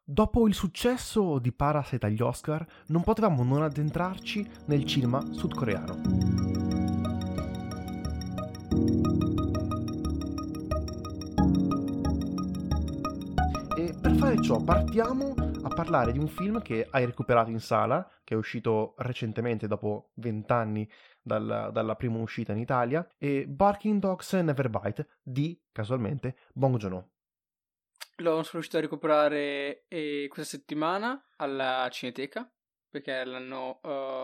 Dopo il successo di Parasite agli Oscar, non potevamo non addentrarci nel cinema sudcoreano. E per fare ciò partiamo a parlare di un film che hai recuperato in sala, che è uscito recentemente dopo 20 anni dalla prima uscita in Italia, e Barking Dogs Never Bite di, casualmente, Bong Joon-ho. Sono riuscito a recuperare questa settimana alla Cineteca, perché l'hanno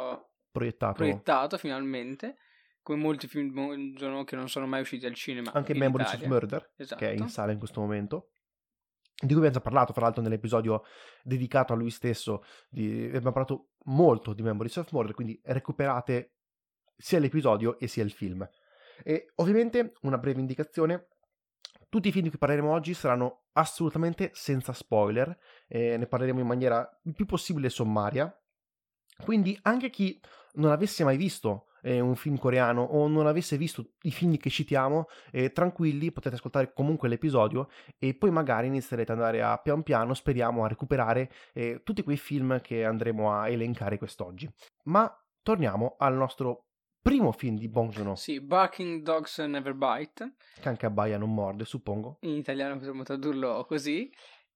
proiettato finalmente, come molti film che non sono mai usciti al cinema. Anche in Memories Italia. of Murder, Esatto. che è in sala in questo momento, di cui abbiamo già parlato, fra l'altro, nell'episodio dedicato a lui stesso. Abbiamo parlato molto di Memories of Murder, quindi recuperate sia l'episodio e sia il film. E ovviamente, una breve indicazione: tutti i film di cui parleremo oggi saranno assolutamente senza spoiler, ne parleremo in maniera il più possibile sommaria, quindi anche chi non avesse mai visto un film coreano o non avesse visto i film che citiamo, tranquilli, potete ascoltare comunque l'episodio e poi magari inizierete ad andare a pian piano, speriamo, a recuperare tutti quei film che andremo a elencare quest'oggi. Ma torniamo al nostro primo film di Bong Joon-ho. Sì, Barking Dogs Never Bite. Can che abbaia non morde, suppongo. In italiano potremmo tradurlo così.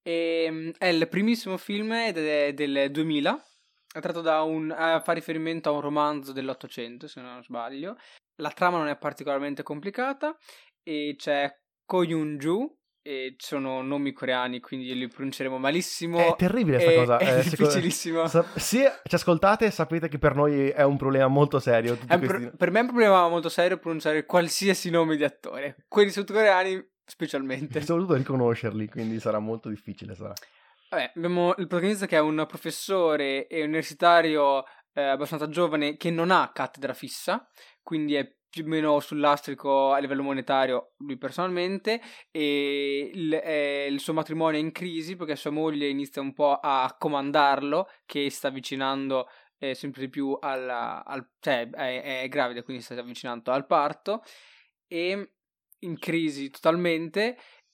È il primissimo film ed è del 2000. È tratto fa riferimento a un romanzo dell'Ottocento, se non sbaglio. La trama non è particolarmente complicata e c'è Ko Yoon-ju, e sono nomi coreani, quindi li pronunceremo malissimo. È terribile sta cosa. È difficilissimo. Se ci ascoltate, sapete che per noi è un problema molto serio. Per me è un problema molto serio pronunciare qualsiasi nome di attore. Quelli sudcoreani specialmente. Soprattutto riconoscerli, quindi sarà molto difficile, sarà. Vabbè, abbiamo il protagonista che è un professore e universitario abbastanza giovane che non ha cattedra fissa, quindi è più o meno sul lastrico a livello monetario lui personalmente, e il suo matrimonio è in crisi perché sua moglie inizia un po' a comandarlo, che sta avvicinando sempre di più cioè è gravida, quindi sta avvicinando al parto, e in crisi totalmente,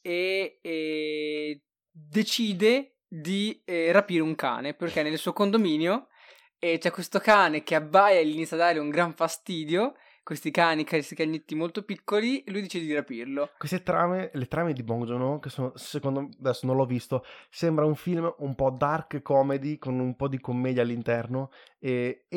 e decide di rapire un cane perché nel suo condominio c'è questo cane che abbaia e gli inizia a dare un gran fastidio. Questi cagnetti molto piccoli, lui decide di rapirlo. Le trame di Bong Joon-ho, che sono, secondo me, adesso non l'ho visto, sembra un film un po' dark comedy con un po' di commedia all'interno e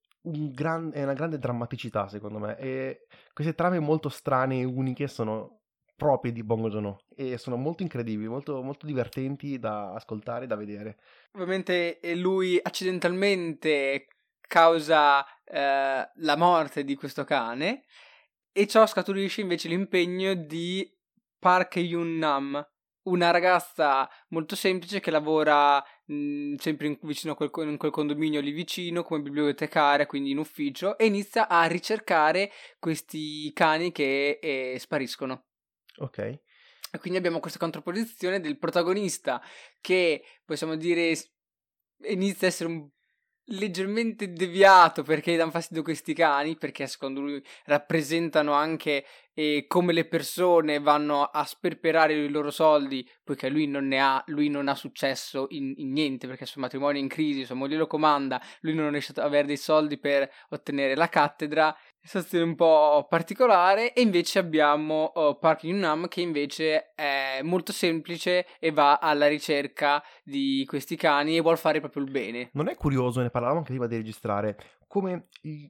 una grande drammaticità, secondo me. E queste trame molto strane e uniche sono proprie di Bong Joon-ho e sono molto incredibili, molto, molto divertenti da ascoltare e da vedere. Ovviamente lui accidentalmente causa la morte di questo cane, e ciò scaturisce invece l'impegno di Park Yoon-nam, una ragazza molto semplice che lavora sempre vicino in quel condominio lì vicino come bibliotecaria, quindi in ufficio, e inizia a ricercare questi cani che spariscono. Ok. E quindi abbiamo questa contrapposizione del protagonista che, possiamo dire, inizia a essere leggermente deviato perché gli danno fastidio questi cani, perché secondo lui rappresentano anche come le persone vanno a sperperare i loro soldi, poiché lui non ha successo in niente, perché il suo matrimonio è in crisi, sua moglie lo comanda, lui non riesce ad avere dei soldi per ottenere la cattedra. È una situazione un po' particolare. E invece abbiamo Park Yoon-nam, che invece è molto semplice e va alla ricerca di questi cani e vuol fare proprio il bene. Non è curioso, ne parlavamo anche prima di registrare, come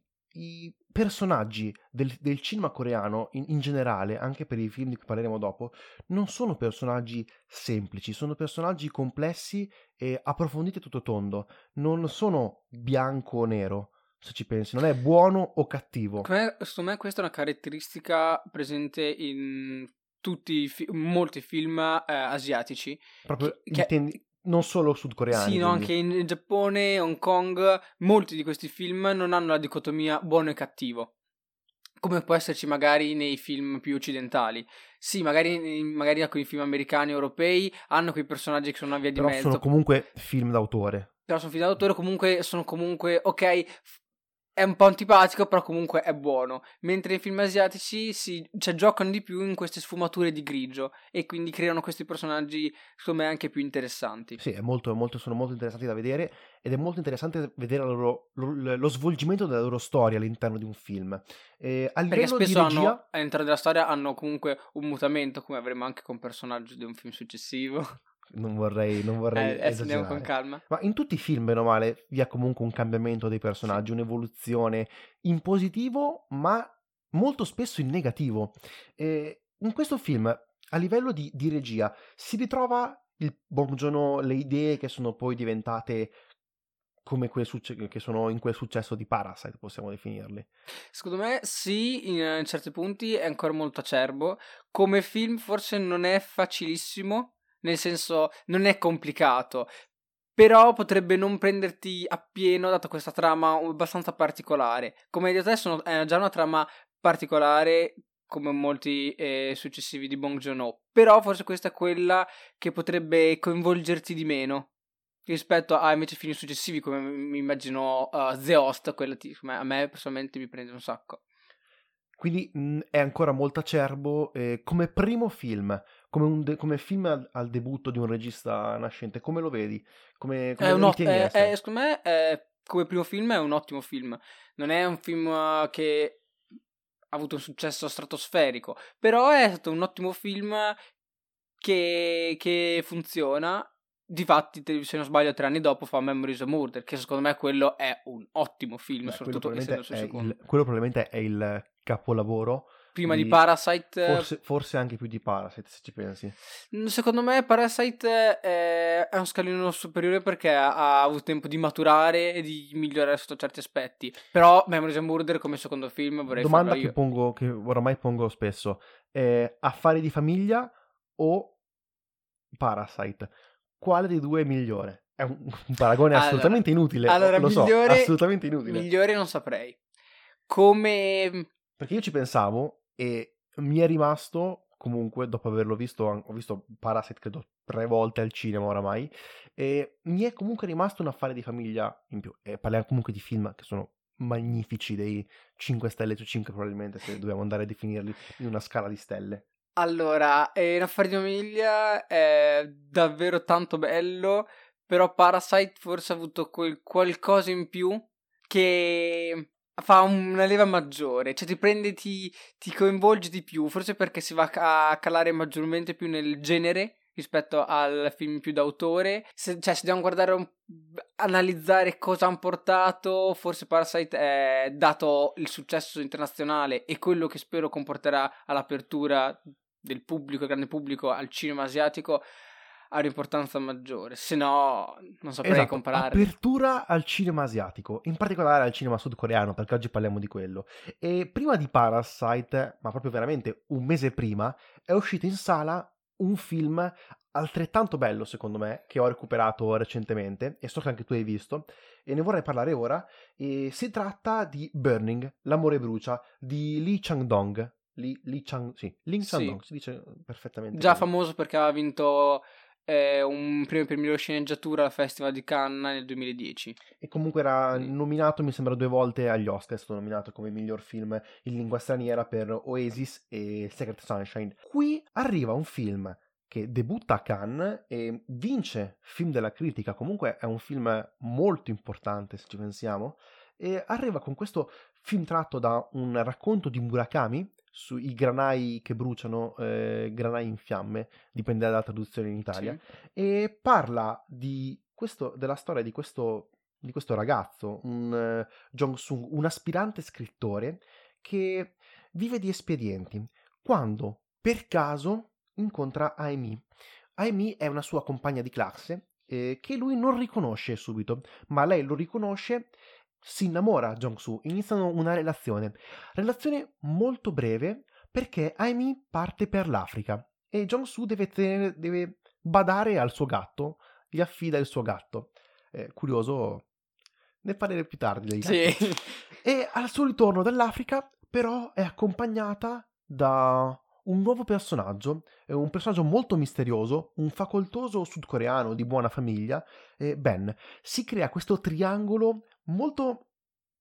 i personaggi del cinema coreano in generale, anche per i film di cui parleremo dopo, non sono personaggi semplici, sono personaggi complessi e approfonditi a tutto tondo, non sono bianco o nero, se ci pensi, non è buono o cattivo. Secondo me questa è una caratteristica presente in molti film asiatici. Proprio non solo sudcoreani. Sì, no, anche in Giappone, Hong Kong, molti di questi film non hanno la dicotomia buono e cattivo, come può esserci magari nei film più occidentali. Sì, magari alcuni film americani, europei hanno quei personaggi che sono una via di mezzo. Però sono comunque film d'autore. Però sono film d'autore, sono comunque, ok, è un po' antipatico, però comunque è buono. Mentre nei film asiatici giocano di più in queste sfumature di grigio e quindi creano questi personaggi, secondo me, anche più interessanti. Sì, sono molto interessanti da vedere ed è molto interessante vedere lo svolgimento della loro storia all'interno di un film. A Perché livello di spesso regia... all'interno della storia hanno comunque un mutamento, come avremo anche con un personaggio di un film successivo. Non vorrei Adesso andiamo con esagerare. calma. Ma in tutti i film, bene o male, vi è comunque un cambiamento dei personaggi, Sì. un'evoluzione in positivo, ma molto spesso in negativo. In questo film, a livello di regia, si ritrova il Bong Joon-ho, le idee che sono poi diventate come che sono in quel successo di Parasite, possiamo definirli. Secondo me sì, in certi punti è ancora molto acerbo. Come film forse non è facilissimo, nel senso non è complicato, però potrebbe non prenderti appieno dato questa trama abbastanza particolare. Come hai detto adesso è già una trama particolare come molti successivi di Bong Joon-ho, però forse questa è quella che potrebbe coinvolgerti di meno rispetto a invece film successivi come mi immagino The Host, quella a me personalmente mi prende un sacco. Quindi è ancora molto acerbo come primo film, come film al debutto di un regista nascente, come lo vedi? Come lo ritieni essere? Secondo me come primo film è un ottimo film, non è un film che ha avuto un successo stratosferico, però è stato un ottimo film che funziona. Difatti, se non sbaglio, 3 anni dopo fa Memories of Murder, che secondo me quello è un ottimo film, Beh, soprattutto essendo il suo secondo. quello probabilmente è il capolavoro. Prima di Parasite, forse anche più di Parasite, se ci pensi. Secondo me Parasite è un scalino superiore perché ha avuto tempo di maturare e di migliorare sotto certi aspetti. Però Memories of Murder come secondo film vorrei Domanda farla io. che oramai pongo spesso: Affari di famiglia o Parasite? Quale dei due è migliore? È un paragone assolutamente inutile, lo so, assolutamente inutile. Migliore non saprei. Come... Perché io ci pensavo e mi è rimasto, comunque, dopo averlo visto, ho visto Parasite credo 3 volte al cinema oramai, e mi è comunque rimasto un affare di famiglia in più. E parliamo comunque di film che sono magnifici, dei 5 stelle su 5 probabilmente, se dobbiamo andare a definirli in una scala di stelle. Allora, un affare di famiglia è davvero tanto bello, però Parasite forse ha avuto quel qualcosa in più che fa una leva maggiore, cioè ti prende, ti coinvolge di più, forse perché si va a calare maggiormente più nel genere rispetto al film più d'autore. Se dobbiamo guardare, analizzare cosa hanno portato, forse Parasite è dato il successo internazionale e quello che spero comporterà all'apertura del pubblico, il grande pubblico al cinema asiatico ha un'importanza maggiore, se no non saprei comparare. Apertura al cinema asiatico, in particolare al cinema sudcoreano, perché oggi parliamo di quello. E prima di Parasite, ma proprio veramente un mese prima, è uscito in sala un film altrettanto bello secondo me, che ho recuperato recentemente e so che anche tu hai visto e ne vorrei parlare ora. E si tratta di Burning, L'amore brucia, di Lee Chang-dong. Lee Chang-dong, si dice perfettamente già così. famoso perché aveva vinto un premio per miglior sceneggiatura al Festival di Cannes nel 2010. E comunque era nominato, mi sembra, 2 volte agli Oscar. È stato nominato come miglior film in lingua straniera per Oasis e Secret Sunshine. Qui arriva un film che debutta a Cannes e vince film della critica. Comunque è un film molto importante, se ci pensiamo. E arriva con questo film tratto da un racconto di Murakami sui granai che bruciano, granai in fiamme, dipende dalla traduzione in Italia, Sì. e parla della storia di questo ragazzo, un Jong-sung, un aspirante scrittore che vive di espedienti, quando per caso incontra Aimee. Aimee è una sua compagna di classe che lui non riconosce subito, ma lei lo riconosce, si innamora Jong-soo, iniziano una relazione molto breve perché Aimee parte per l'Africa e Jong-soo deve badare al suo gatto, gli affida il suo gatto. Curioso, ne parleremo più tardi dei gatti. Sì. E al suo ritorno dall'Africa però è accompagnata da un nuovo personaggio, un personaggio molto misterioso, un facoltoso sudcoreano di buona famiglia, Ben. Si crea questo triangolo molto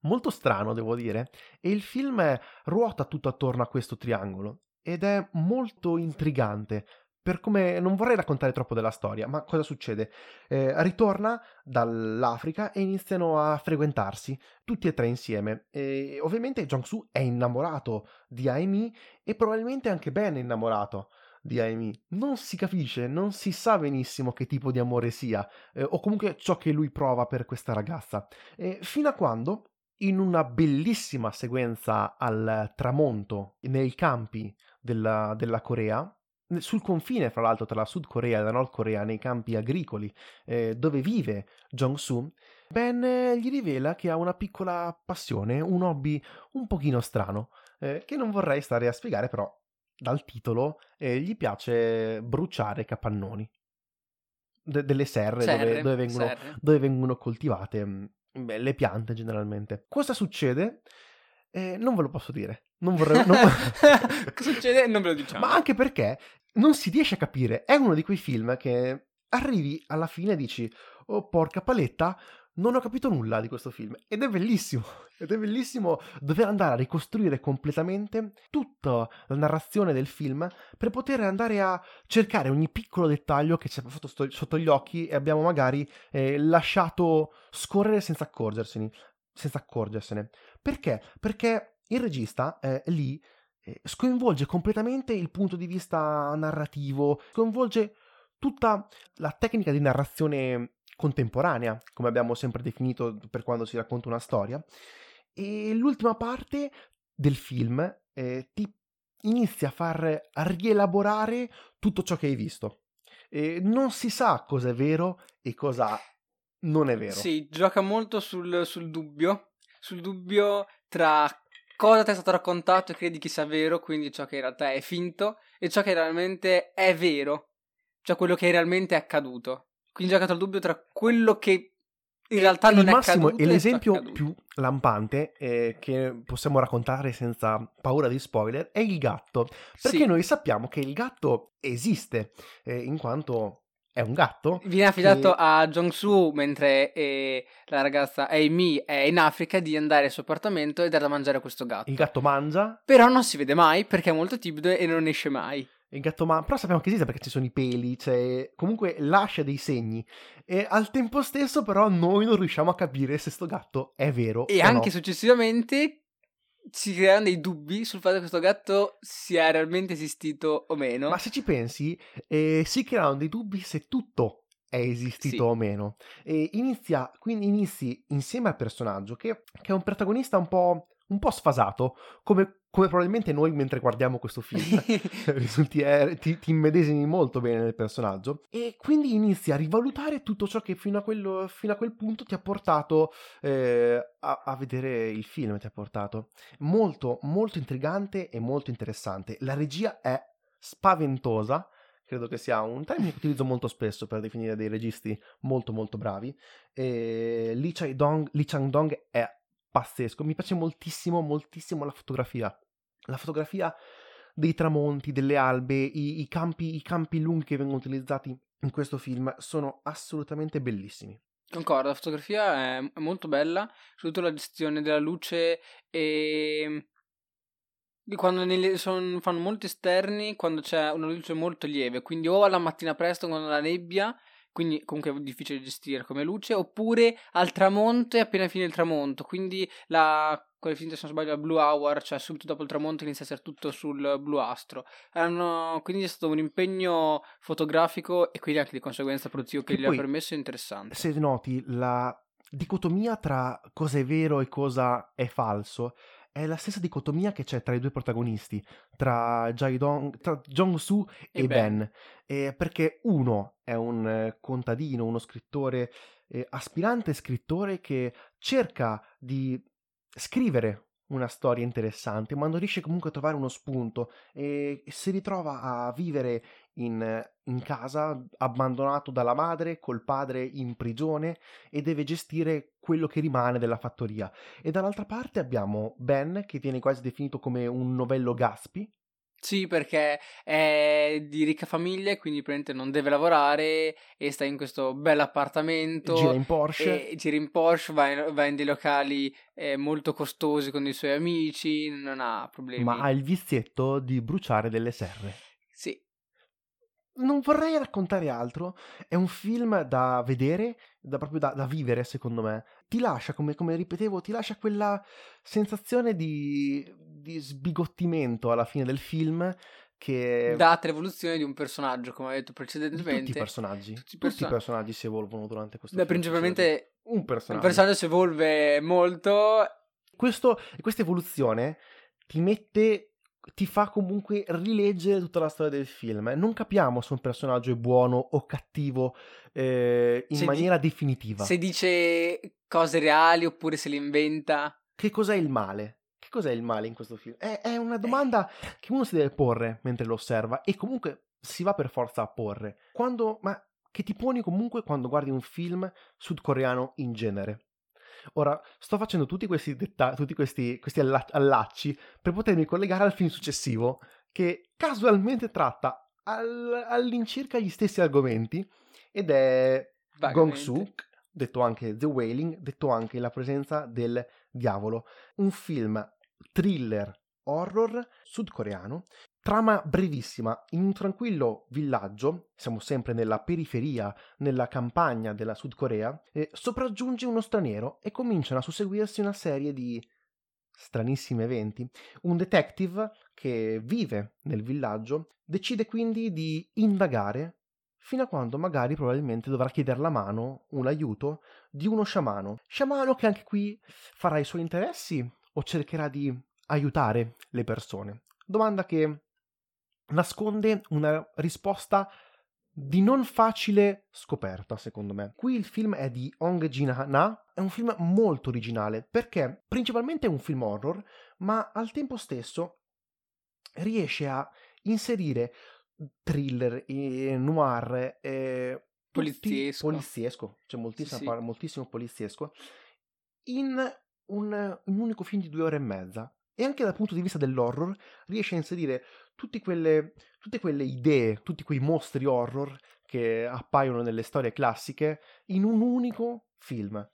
molto strano, devo dire, e il film ruota tutto attorno a questo triangolo ed è molto intrigante. Per come non vorrei raccontare troppo della storia, ma cosa succede? Ritorna dall'Africa e iniziano a frequentarsi tutti e tre insieme. E ovviamente Jong-soo è innamorato di Aimee e probabilmente anche Ben è innamorato di Aimee. Non si capisce, non si sa benissimo che tipo di amore sia, o comunque ciò che lui prova per questa ragazza. Fino a quando, in una bellissima sequenza al tramonto nei campi della Corea, sul confine fra l'altro tra la Sud Corea e la Nord Corea, nei campi agricoli dove vive Jong-soo, Ben gli rivela che ha una piccola passione, un hobby un pochino strano, che non vorrei stare a spiegare, però dal titolo gli piace bruciare capannoni. Delle serre Serre. dove vengono coltivate le piante generalmente. Cosa succede? Non ve lo posso dire. Non vorrei. Cosa succede? Non ve lo diciamo. Ma anche perché non si riesce a capire. È uno di quei film che arrivi alla fine e dici: oh, porca paletta, non ho capito nulla di questo film. Ed è bellissimo. Ed è bellissimo dover andare a ricostruire completamente tutta la narrazione del film per poter andare a cercare ogni piccolo dettaglio che ci è passato sotto gli occhi e abbiamo magari lasciato scorrere senza accorgersene. Perché? Perché il regista lì sconvolge completamente il punto di vista narrativo, sconvolge tutta la tecnica di narrazione contemporanea, come abbiamo sempre definito per quando si racconta una storia. E l'ultima parte del film ti inizia a far rielaborare tutto ciò che hai visto. Non si sa cosa è vero e cosa non è vero. Sì, gioca molto sul dubbio tra cosa ti è stato raccontato e credi che sia vero, quindi ciò che in realtà è finto, e ciò che realmente è vero, cioè quello che realmente è accaduto. Quindi gioca il dubbio tra quello che in realtà non è accaduto e l'esempio più lampante che possiamo raccontare senza paura di spoiler è il gatto, perché sì. noi sappiamo che il gatto esiste in quanto è un gatto. Viene affidato a Jong-soo mentre la ragazza Aimee è in Africa di andare al suo appartamento e dare da mangiare a questo gatto. Il gatto mangia. Però non si vede mai perché è molto timido e non esce mai. Il gatto però sappiamo che esiste perché ci sono i peli, cioè comunque lascia dei segni. E al tempo stesso però noi non riusciamo a capire se sto gatto è vero e o anche no. Successivamente si creano dei dubbi sul fatto che questo gatto sia realmente esistito o meno. Ma se ci pensi, si creano dei dubbi se tutto è esistito o meno. E quindi inizi insieme al personaggio che è un protagonista un po' sfasato, come probabilmente noi mentre guardiamo questo film ti immedesimi molto bene nel personaggio, e quindi inizi a rivalutare tutto ciò che fino a quel punto ti ha portato a vedere il film. Ti ha portato molto molto intrigante e molto interessante. La regia è spaventosa. Credo che sia un termine che utilizzo molto spesso per definire dei registi molto molto bravi. Lee Chang-dong è pazzesco. Mi piace moltissimo moltissimo la fotografia. La fotografia dei tramonti, delle albe, i campi lunghi che vengono utilizzati in questo film sono assolutamente bellissimi. Concordo, la fotografia è molto bella, soprattutto la gestione della luce e quando fanno molti esterni, quando c'è una luce molto lieve, quindi o alla mattina presto quando la nebbia, quindi comunque è difficile gestire come luce, oppure al tramonto e appena fine il tramonto, quindi quelle finite se non sbaglio la blue hour, cioè subito dopo il tramonto inizia a essere tutto sul bluastro. Quindi è stato un impegno fotografico e quindi anche di conseguenza produttivo che gli ha permesso interessante. Se noti la dicotomia tra cosa è vero e cosa è falso è la stessa dicotomia che c'è tra i due protagonisti, tra Jong-soo e Ben. Perché uno è un contadino, uno scrittore, aspirante scrittore che cerca di scrivere una storia interessante, ma non riesce comunque a trovare uno spunto e si ritrova a vivere in casa, abbandonato dalla madre, col padre in prigione, e deve gestire quello che rimane della fattoria. E dall'altra parte abbiamo Ben, che viene quasi definito come un novello Gaspi, Sì, perché è di ricca famiglia, quindi praticamente non deve lavorare e sta in questo bel appartamento. Gira in Porsche. E gira in Porsche, va in dei locali molto costosi con i suoi amici, non ha problemi. Ma ha il vizietto di bruciare delle serre. Sì. Non vorrei raccontare altro, è un film da vedere, proprio da vivere secondo me. Ti lascia, come ripetevo, ti lascia quella sensazione di sbigottimento alla fine del film che... Data l'evoluzione di un personaggio, come ho detto Di precedentemente. tutti i personaggi. Tutti Tutti i personaggi si evolvono durante questo film. Principalmente Un il personaggio. personaggio si evolve molto. Questa evoluzione ti fa comunque rileggere tutta la storia del film. Non capiamo se un personaggio è buono o cattivo in maniera definitiva. Se dice cose reali oppure se le inventa. Che cos'è il male? Che cos'è il male in questo film? È una domanda che uno si deve porre mentre lo osserva e comunque si va per forza a porre. Che ti poni comunque quando guardi un film sudcoreano in genere. Ora, sto facendo tutti questi allacci per potermi collegare al film successivo che casualmente tratta all'incirca gli stessi argomenti ed è Gong-suk, detto anche The Wailing, detto anche La presenza del diavolo, un film thriller horror sudcoreano. Trama brevissima, in un tranquillo villaggio, siamo sempre nella periferia, nella campagna della Sud Corea, sopraggiunge uno straniero e cominciano a susseguirsi una serie di stranissimi eventi. Un detective che vive nel villaggio decide quindi di indagare fino a quando magari probabilmente dovrà chiedere la mano, un aiuto, di uno sciamano. Sciamano che anche qui farà i suoi interessi o cercherà di aiutare le persone. Domanda che nasconde una risposta di non facile scoperta, secondo me. Qui il film è di Hong Jin-na, è un film molto originale, perché principalmente è un film horror, ma al tempo stesso riesce a inserire thriller, noir, poliziesco, c'è moltissimo poliziesco, in un unico film di 2 ore e mezza. E anche dal punto di vista dell'horror riesce a inserire tutte quelle idee, tutti quei mostri horror che appaiono nelle storie classiche in un unico film.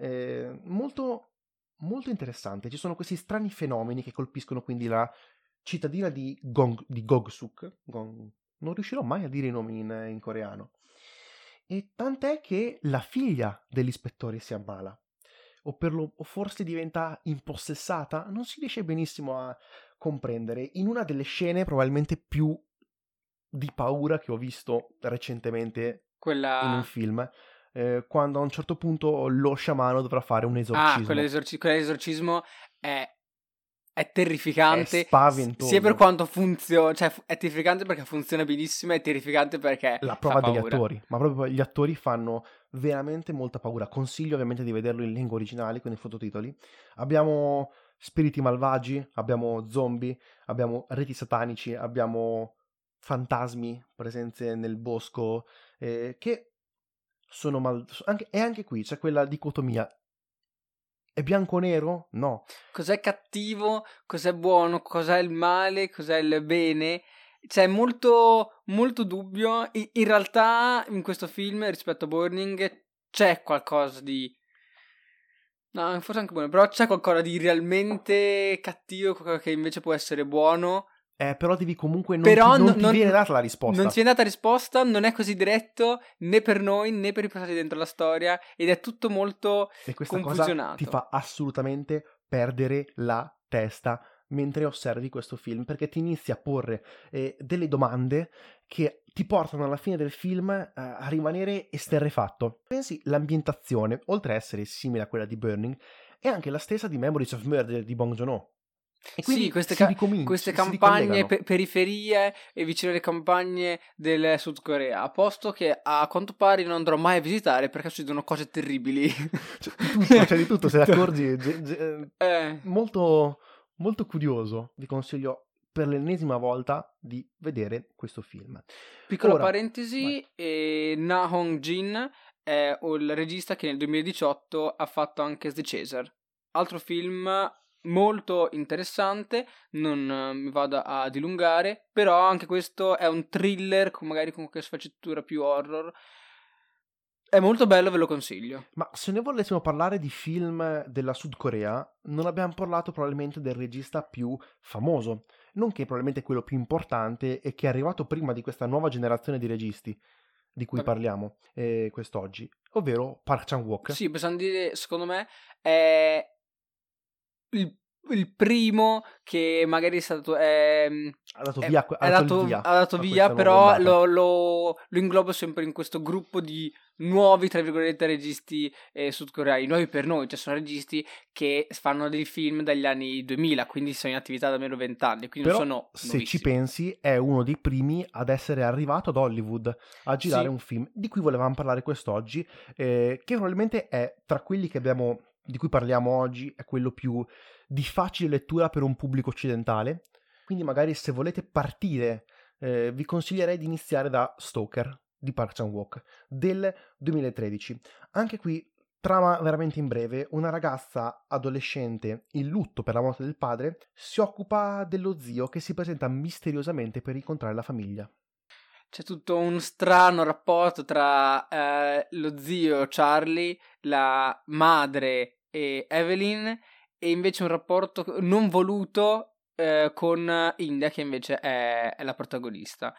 Molto, molto interessante. Ci sono questi strani fenomeni che colpiscono quindi la cittadina di Gogsuk. Non riuscirò mai a dire i nomi in coreano. E tant'è che la figlia dell'ispettore si ammala. O forse diventa impossessata, non si riesce benissimo a comprendere. In una delle scene probabilmente più di paura che ho visto recentemente in un film, quando a un certo punto lo sciamano dovrà fare un esorcismo. Quell'esorcismo è terrificante. È spaventoso. Sia per quanto funziona, cioè è terrificante perché funziona benissimo, è terrificante perché la prova fa degli paura. attori, ma proprio gli attori fanno veramente molta paura. Consiglio ovviamente di vederlo in lingua originale con i sottotitoli. Abbiamo spiriti malvagi, abbiamo zombie, abbiamo reti satanici, abbiamo fantasmi, presenze nel bosco, che sono e anche qui c'è quella dicotomia. È bianco-nero? No. Cos'è cattivo? Cos'è buono? Cos'è il male? Cos'è il bene? C'è molto, molto dubbio. In realtà, in questo film, rispetto a Burning, c'è qualcosa di... No, forse anche buono, però c'è qualcosa di realmente cattivo, qualcosa che invece può essere buono. Però devi comunque non ti viene data la risposta. Non ti viene data risposta, non è così diretto né per noi né per i passati dentro la storia ed è tutto molto e questa confusionato. Cosa ti fa assolutamente perdere la testa mentre osservi questo film, perché ti inizi a porre delle domande che ti portano alla fine del film a rimanere esterrefatto. Pensi, l'ambientazione, oltre a essere simile a quella di Burning, è anche la stessa di Memories of Murder di Bong Joon-ho. E quindi sì, queste campagne, periferie e vicino alle campagne del Sud Corea, posto che a quanto pare non andrò mai a visitare perché succedono cose terribili. C'è di tutto, se ne accorgi. Molto, molto curioso. Vi consiglio per l'ennesima volta di vedere questo film. Piccola parentesi, Na Hong Jin è il regista che nel 2018 ha fatto anche The Chaser, altro film molto interessante, non mi vado a dilungare, però anche questo è un thriller magari con qualche sfaccettatura più horror. È molto bello, ve lo consiglio. Ma se noi volessimo parlare di film della Sud Corea, non abbiamo parlato probabilmente del regista più famoso, nonché probabilmente quello più importante e che è arrivato prima di questa nuova generazione di registi di cui Vabbè. parliamo quest'oggi, ovvero Park Chan-wook. Sì, possiamo dire, secondo me, è il primo che magari è stato Ha dato via, ha dato via, a questa nuova però ondata. lo inglobo sempre in questo gruppo di nuovi, tra virgolette, registi sudcoreani. Nuovi per noi, cioè sono registi che fanno dei film dagli anni 2000, quindi sono in attività da almeno 20 anni, quindi Però, non sono se ci nuovissimi. pensi, è uno dei primi ad essere arrivato ad Hollywood a girare Sì. un film di cui volevamo parlare quest'oggi, che probabilmente è tra quelli di cui parliamo oggi, è quello più di facile lettura per un pubblico occidentale. Quindi magari se volete partire, vi consiglierei di iniziare da Stalker di Park Chan-wook del 2013. Anche qui trama veramente in breve: una ragazza adolescente in lutto per la morte del padre si occupa dello zio che si presenta misteriosamente per incontrare la famiglia. C'è tutto un strano rapporto tra lo zio Charlie, la madre e Evelyn, e invece un rapporto non voluto con India, che invece è la protagonista.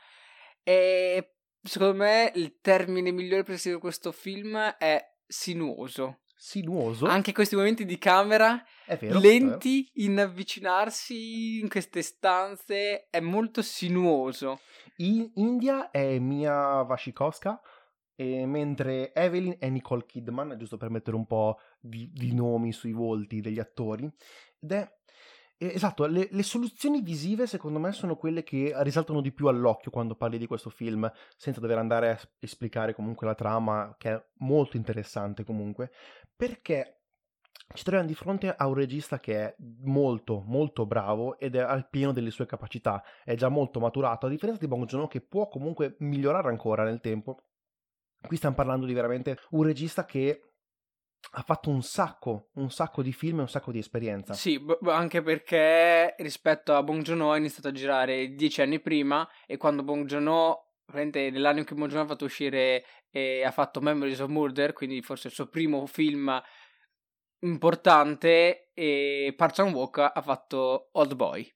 E secondo me il termine migliore per descrivere questo film è sinuoso. Sinuoso, Anche questi momenti di camera è vero, lenti in avvicinarsi in queste stanze è molto sinuoso. In India è Mia Wasikowska, mentre Evelyn è Nicole Kidman, giusto per mettere un po' di nomi sui volti degli attori. Ed è esatto, le soluzioni visive secondo me sono quelle che risaltano di più all'occhio quando parli di questo film, senza dover andare a esplicare comunque la trama, che è molto interessante comunque, perché ci troviamo di fronte a un regista che è molto molto bravo ed è al pieno delle sue capacità, è già molto maturato, a differenza di Bong Joon-ho che può comunque migliorare ancora nel tempo. Qui stiamo parlando di veramente un regista che ha fatto un sacco di film e un sacco di esperienza. Sì, anche perché rispetto a Bong Joon-ho ha iniziato a girare 10 anni prima, e quando Bong Joon-ho, praticamente nell'anno in cui Bong Joon-ho ha fatto uscire e ha fatto Memories of Murder, quindi forse il suo primo film importante, e Park Chan-wook ha fatto Old Boy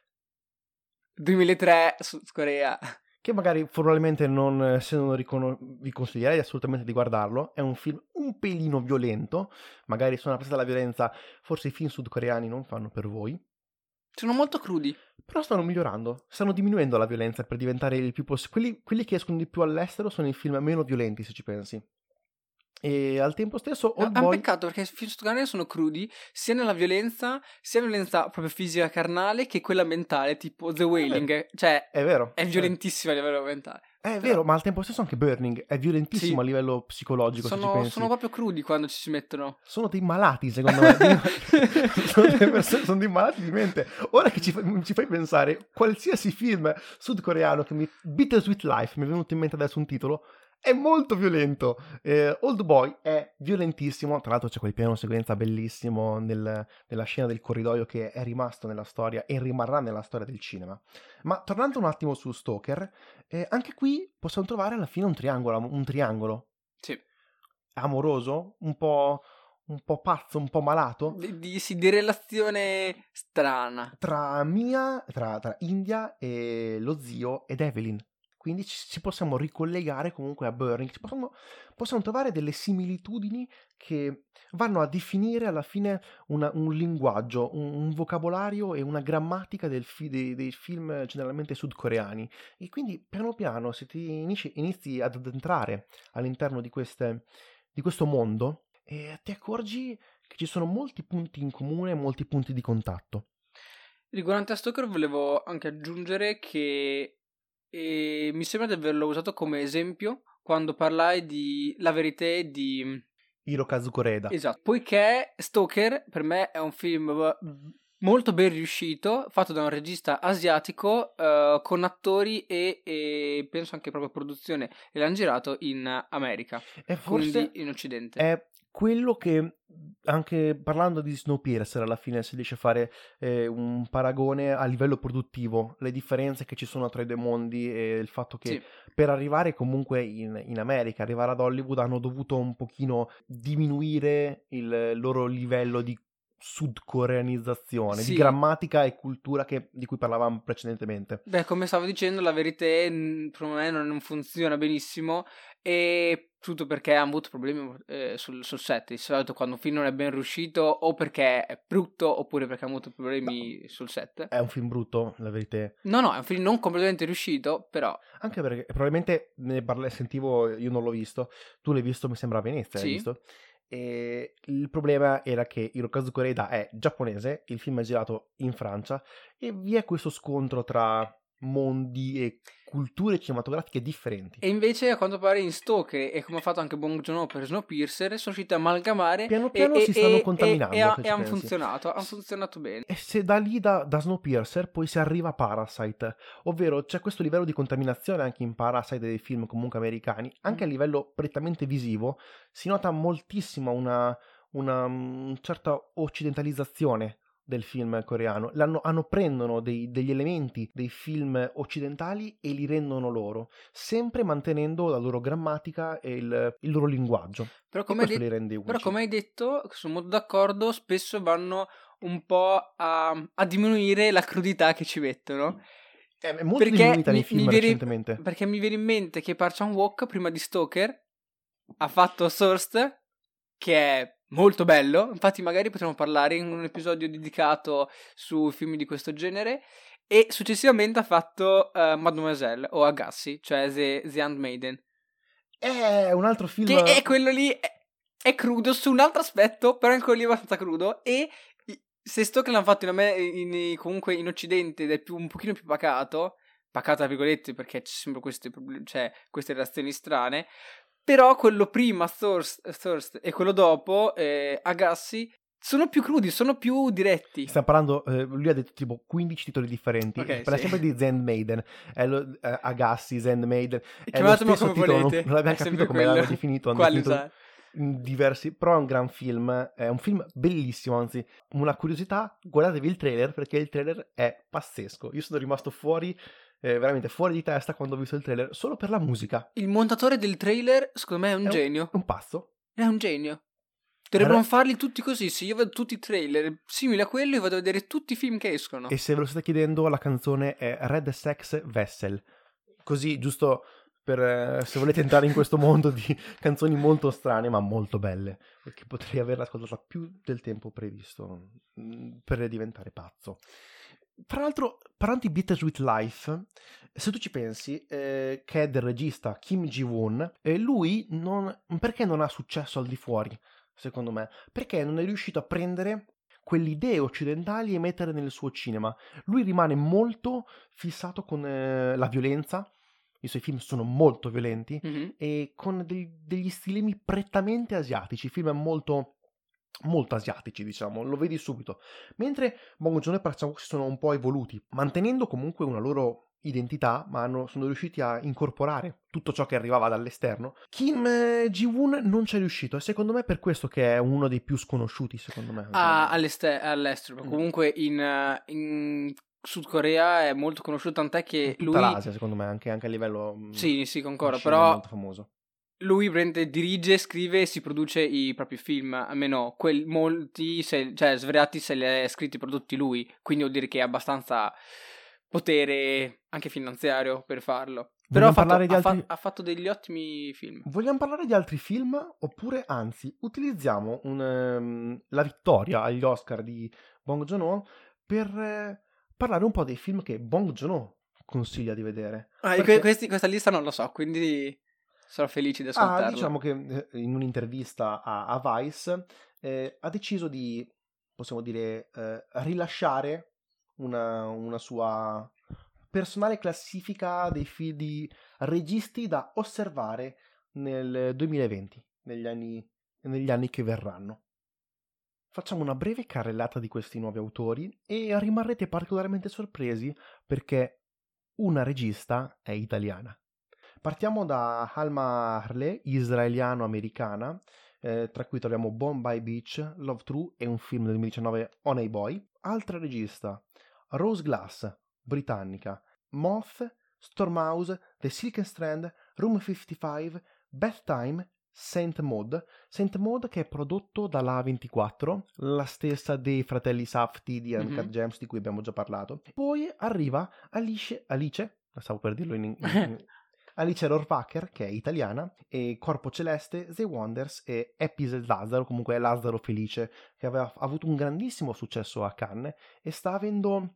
2003 su Corea. Che magari probabilmente non, se non vi consiglierei assolutamente di guardarlo. È un film un pelino violento, magari se non apprezzate la violenza, forse i film sudcoreani non fanno per voi. Sono molto crudi. Però stanno migliorando, stanno diminuendo la violenza per diventare il più possibile. Quelli che escono di più all'estero sono i film meno violenti, se ci pensi. E al tempo stesso È Old un Boy peccato, perché i film sudcoreani sono crudi sia nella violenza, sia violenza proprio fisica carnale che quella mentale, tipo The Wailing. Cioè, è vero, è violentissima a livello mentale. è Però, vero, ma al tempo stesso anche Burning è violentissimo a sì, livello psicologico, se ci pensi. sono proprio crudi quando ci si mettono. Sono dei malati, secondo me. Sono delle persone, sono dei malati di mente. Ora che ci fai pensare, qualsiasi film sudcoreano che Bittersweet Life, mi è venuto in mente adesso un titolo, è molto violento. Old Boy è violentissimo. Tra l'altro c'è quel piano sequenza bellissimo nella scena del corridoio che è rimasto nella storia e rimarrà nella storia del cinema. Ma tornando un attimo su Stalker, anche qui possiamo trovare alla fine un triangolo Sì. amoroso, un po' pazzo, un po' malato, Sì, di relazione strana. tra India e lo zio ed Evelyn. Quindi ci possiamo ricollegare comunque a Burning, possiamo trovare delle similitudini che vanno a definire alla fine un linguaggio, un vocabolario e una grammatica dei film generalmente sudcoreani. E quindi piano piano, se ti inizi ad addentrare all'interno di questo mondo, ti accorgi che ci sono molti punti in comune e molti punti di contatto. Riguardante a Stoker volevo anche aggiungere che mi sembra di averlo usato come esempio quando parlai di La verità di Hirokazu Koreda. Esatto, poiché Stoker per me è un film molto ben riuscito, fatto da un regista asiatico, con attori e penso anche proprio produzione, e l'hanno girato in America, E quindi forse in Occidente. è quello che, anche parlando di Snowpiercer, alla fine si riesce a fare un paragone a livello produttivo, le differenze che ci sono tra i due mondi e il fatto che Sì. per arrivare comunque in America, arrivare ad Hollywood, hanno dovuto un pochino diminuire il loro livello di sudcoreanizzazione, di Sì. grammatica e cultura di cui parlavamo precedentemente. Beh, come stavo dicendo, la verità per me non funziona benissimo, e tutto perché hanno avuto problemi sul set. Di solito quando un film non è ben riuscito, o perché è brutto oppure perché hanno avuto problemi sul set. È un film brutto, la verità. No, è un film non completamente riuscito, però Anche perché probabilmente sentivo, io non l'ho visto, tu l'hai visto, mi sembra a Venezia, l'hai sì. visto? E il problema era che Hirokazu Koreeda è giapponese, il film è girato in Francia e vi è questo scontro tra mondi e culture cinematografiche differenti. E invece a quanto pare in Stalker, e come ha fatto anche Bong Joon-ho per Snowpiercer, sono riusciti a amalgamare Piano piano si stanno contaminando, se e ci hanno pensi. funzionato bene. E se da lì, da Snowpiercer, poi si arriva a Parasite, ovvero c'è questo livello di contaminazione anche in Parasite dei film comunque americani, anche a livello prettamente visivo, si nota moltissimo una certa occidentalizzazione del film coreano. Prendono degli elementi dei film occidentali e li rendono loro, sempre mantenendo la loro grammatica e il loro linguaggio. Però E come, questo li rende unici. però come hai detto, sono molto d'accordo, spesso vanno un po' a diminuire la crudità che ci mettono. È molto diminuita nei film recentemente. Perché mi viene in mente che Park Chan-wook, prima di Stalker, ha fatto Sourced, che è molto bello. Infatti magari potremo parlare in un episodio dedicato su film di questo genere. E successivamente ha fatto Mademoiselle, o Agassi, cioè The Handmaiden. È un altro film. Che è quello lì, è crudo su un altro aspetto, però anche quello lì è abbastanza crudo. E se Stalker l'hanno fatto comunque in Occidente ed è un pochino più pacato tra virgolette, perché c'è sempre queste relazioni strane, però quello prima, Thirst, e quello dopo, Agassi, sono più crudi, sono più diretti. Stiamo parlando, lui ha detto tipo 15 titoli differenti, Okay, parla sì. sempre di The Handmaiden, Agassi, The Handmaiden, è lo Chiamatelo stesso come titolo, volete, non abbiamo è sempre capito come quello. l'hanno definito, hanno Quale definito sa? diversi, però è un gran film, è un film bellissimo, anzi, una curiosità, guardatevi il trailer perché il trailer è pazzesco, io sono rimasto fuori, veramente fuori di testa quando ho visto il trailer, solo per la musica. Il montatore del trailer, secondo me, è un genio. È un pazzo. È un genio. Dovrebbero farli tutti così. Se io vedo tutti i trailer simili a quello, io vado a vedere tutti i film che escono. E se ve lo state chiedendo, la canzone è Red Sex Vessel. Così, giusto per se volete entrare in questo mondo di canzoni molto strane, ma molto belle, perché potrei averla ascoltata più del tempo previsto per diventare pazzo. Tra l'altro, parlando di Bittersweet Life, se tu ci pensi, che è del regista Kim Ji-woon, lui perché non ha successo al di fuori, secondo me? Perché non è riuscito a prendere quelle idee occidentali e mettere nel suo cinema. Lui rimane molto fissato con la violenza, i suoi film sono molto violenti, e con degli stilemi prettamente asiatici, film molto asiatici, diciamo, lo vedi subito. Mentre Bong Joon e Park Chan-wook si sono un po' evoluti, mantenendo comunque una loro identità, ma sono riusciti a incorporare tutto ciò che arrivava dall'esterno. Kim Ji-woon non ci è riuscito, e secondo me è per questo che è uno dei più sconosciuti, secondo me. All'estero, comunque in Sud Corea è molto conosciuto, tant'è che in tutta lui... l'Asia, secondo me, anche a livello Sì, concordo, Cina è però molto famoso. lui dirige, scrive e si produce i propri film, almeno molti, svariati se li ha scritti e prodotti lui, quindi vuol dire che ha abbastanza potere anche finanziario per farlo. Però ha fatto degli ottimi film. Vogliamo parlare di altri film? Oppure, anzi, utilizziamo la vittoria agli Oscar di Bong Joon-ho per parlare un po' dei film che Bong Joon-ho consiglia di vedere. Questa lista non lo so, quindi sarò felice di ascoltarla. Diciamo che in un'intervista a Vice ha deciso di, possiamo dire, rilasciare una sua personale classifica di registi da osservare nel 2020, negli anni che verranno. facciamo una breve carrellata di questi nuovi autori e rimarrete particolarmente sorpresi perché una regista è italiana. Partiamo da Alma Harley, israeliano-americana, tra cui troviamo Bombay Beach, Love True e un film del 2019, Honey Boy. Altra regista, Rose Glass, britannica, Moth, Stormhouse, The Silken Strand, Room 55, Bath Time, Saint Maud che è prodotto dalla A24, la stessa dei fratelli Safdie di Uncut Gems di cui abbiamo già parlato. Poi arriva Alice, stavo per dirlo in Alice Rohrwacher, che è italiana, e Corpo Celeste, The Wonders e Happy Lazzaro, comunque Lazzaro Felice, che aveva avuto un grandissimo successo a Cannes e sta avendo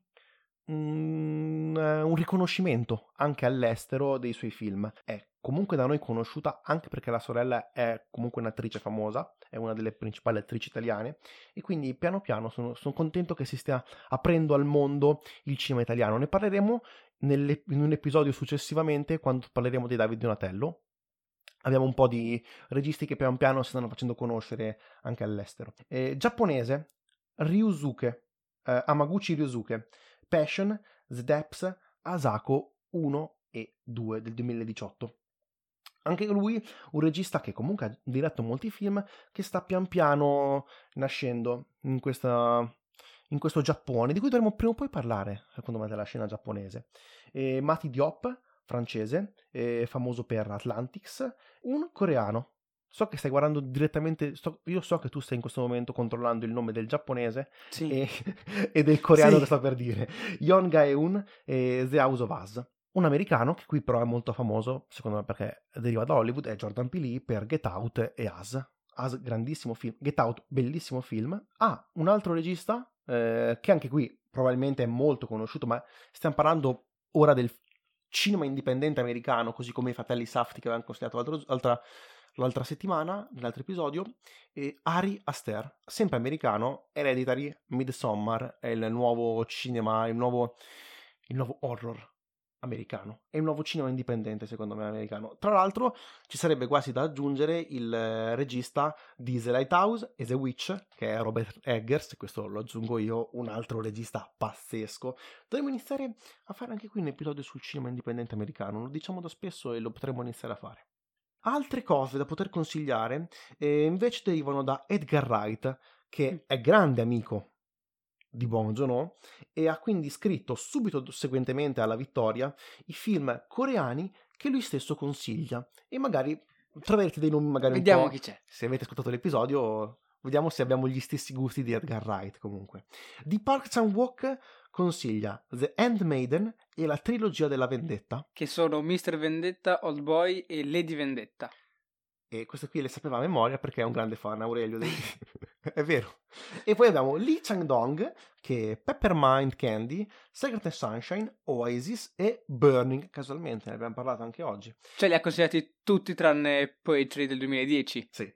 un riconoscimento anche all'estero dei suoi film. È comunque da noi conosciuta anche perché la sorella è comunque un'attrice famosa, è una delle principali attrici italiane, e quindi piano piano sono contento che si stia aprendo al mondo il cinema italiano. Ne parleremo in un episodio successivamente, quando parleremo di David Donatello. Abbiamo un po' di registi che piano piano si stanno facendo conoscere anche all'estero. Giapponese, Ryusuke, Hamaguchi Ryusuke, Passion, The Depths, Asako 1 e 2 del 2018. Anche lui un regista che comunque ha diretto molti film, che sta pian piano nascendo in questo Giappone, di cui dovremo prima o poi parlare, secondo me, della scena giapponese. Mati Diop, francese, famoso per Atlantics, un coreano. So che stai guardando direttamente, io so che tu stai in questo momento controllando il nome del giapponese sì. e del coreano sì. che sto per dire. Yeon Gae-un e The House of Us. Un americano che qui però è molto famoso, secondo me perché deriva da Hollywood, è Jordan Peele per Get Out e Us. Us, grandissimo film. Get Out, bellissimo film. Un altro regista che anche qui probabilmente è molto conosciuto, ma stiamo parlando ora del cinema indipendente americano, così come i fratelli Safdie che avevamo consigliato l'altra settimana, nell'altro episodio, e Ari Aster, sempre americano, Hereditary, Midsommar, è il nuovo cinema, il nuovo horror americano, è il nuovo cinema indipendente secondo me americano. Tra l'altro ci sarebbe quasi da aggiungere il regista di The Lighthouse e The Witch, che è Robert Eggers, questo lo aggiungo io, un altro regista pazzesco. Dovremmo iniziare a fare anche qui un episodio sul cinema indipendente americano, lo diciamo da spesso e lo potremmo iniziare a fare. Altre cose da poter consigliare invece derivano da Edgar Wright, che è grande amico di Bong Joon-ho e ha quindi scritto subito seguentemente alla vittoria i film coreani che lui stesso consiglia, e magari troverete dei nomi magari Vediamo un po', chi c'è. se avete ascoltato l'episodio, vediamo se abbiamo gli stessi gusti di Edgar Wright. Comunque di Park Chan-wook consiglia The Handmaiden e la trilogia della vendetta, che sono Mr. Vendetta, Old Boy e Lady Vendetta. e queste qui le sapeva a memoria perché è un grande fan Aurelio è vero. E poi abbiamo Lee Chang-dong, che è Peppermint Candy, Secret and Sunshine, Oasis e Burning, casualmente ne abbiamo parlato anche oggi. Cioè li ha consigliati tutti tranne Poetry del 2010. Sì.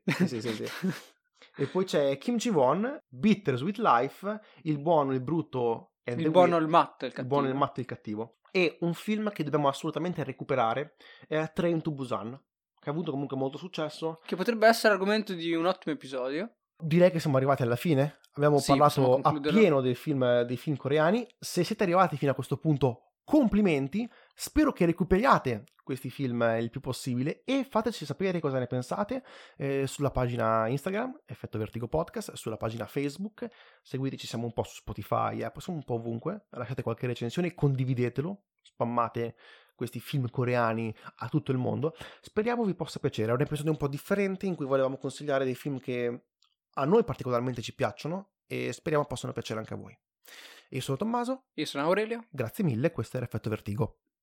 E poi c'è Kim Ji-won, Bittersweet Life, Il buono, il brutto e il buono, il matto e il Il cattivo. buono, il matto e il cattivo. E un film che dobbiamo assolutamente recuperare è Train to Busan, che ha avuto comunque molto successo. Che potrebbe essere argomento di un ottimo episodio. Direi che siamo arrivati alla fine. Abbiamo parlato appieno dei film coreani. Se siete arrivati fino a questo punto, complimenti. Spero che recuperiate questi film il più possibile e fateci sapere cosa ne pensate sulla pagina Instagram, Effetto Vertigo Podcast, sulla pagina Facebook. Seguiteci, siamo un po' su Spotify, siamo un po' ovunque. Lasciate qualche recensione, condividetelo, spammate questi film coreani a tutto il mondo. Speriamo vi possa piacere. È un episodio un po' differente in cui volevamo consigliare dei film che a noi particolarmente ci piacciono e speriamo possano piacere anche a voi. Io sono Tommaso. Io sono Aurelio. Grazie mille, questo era Effetto Vertigo.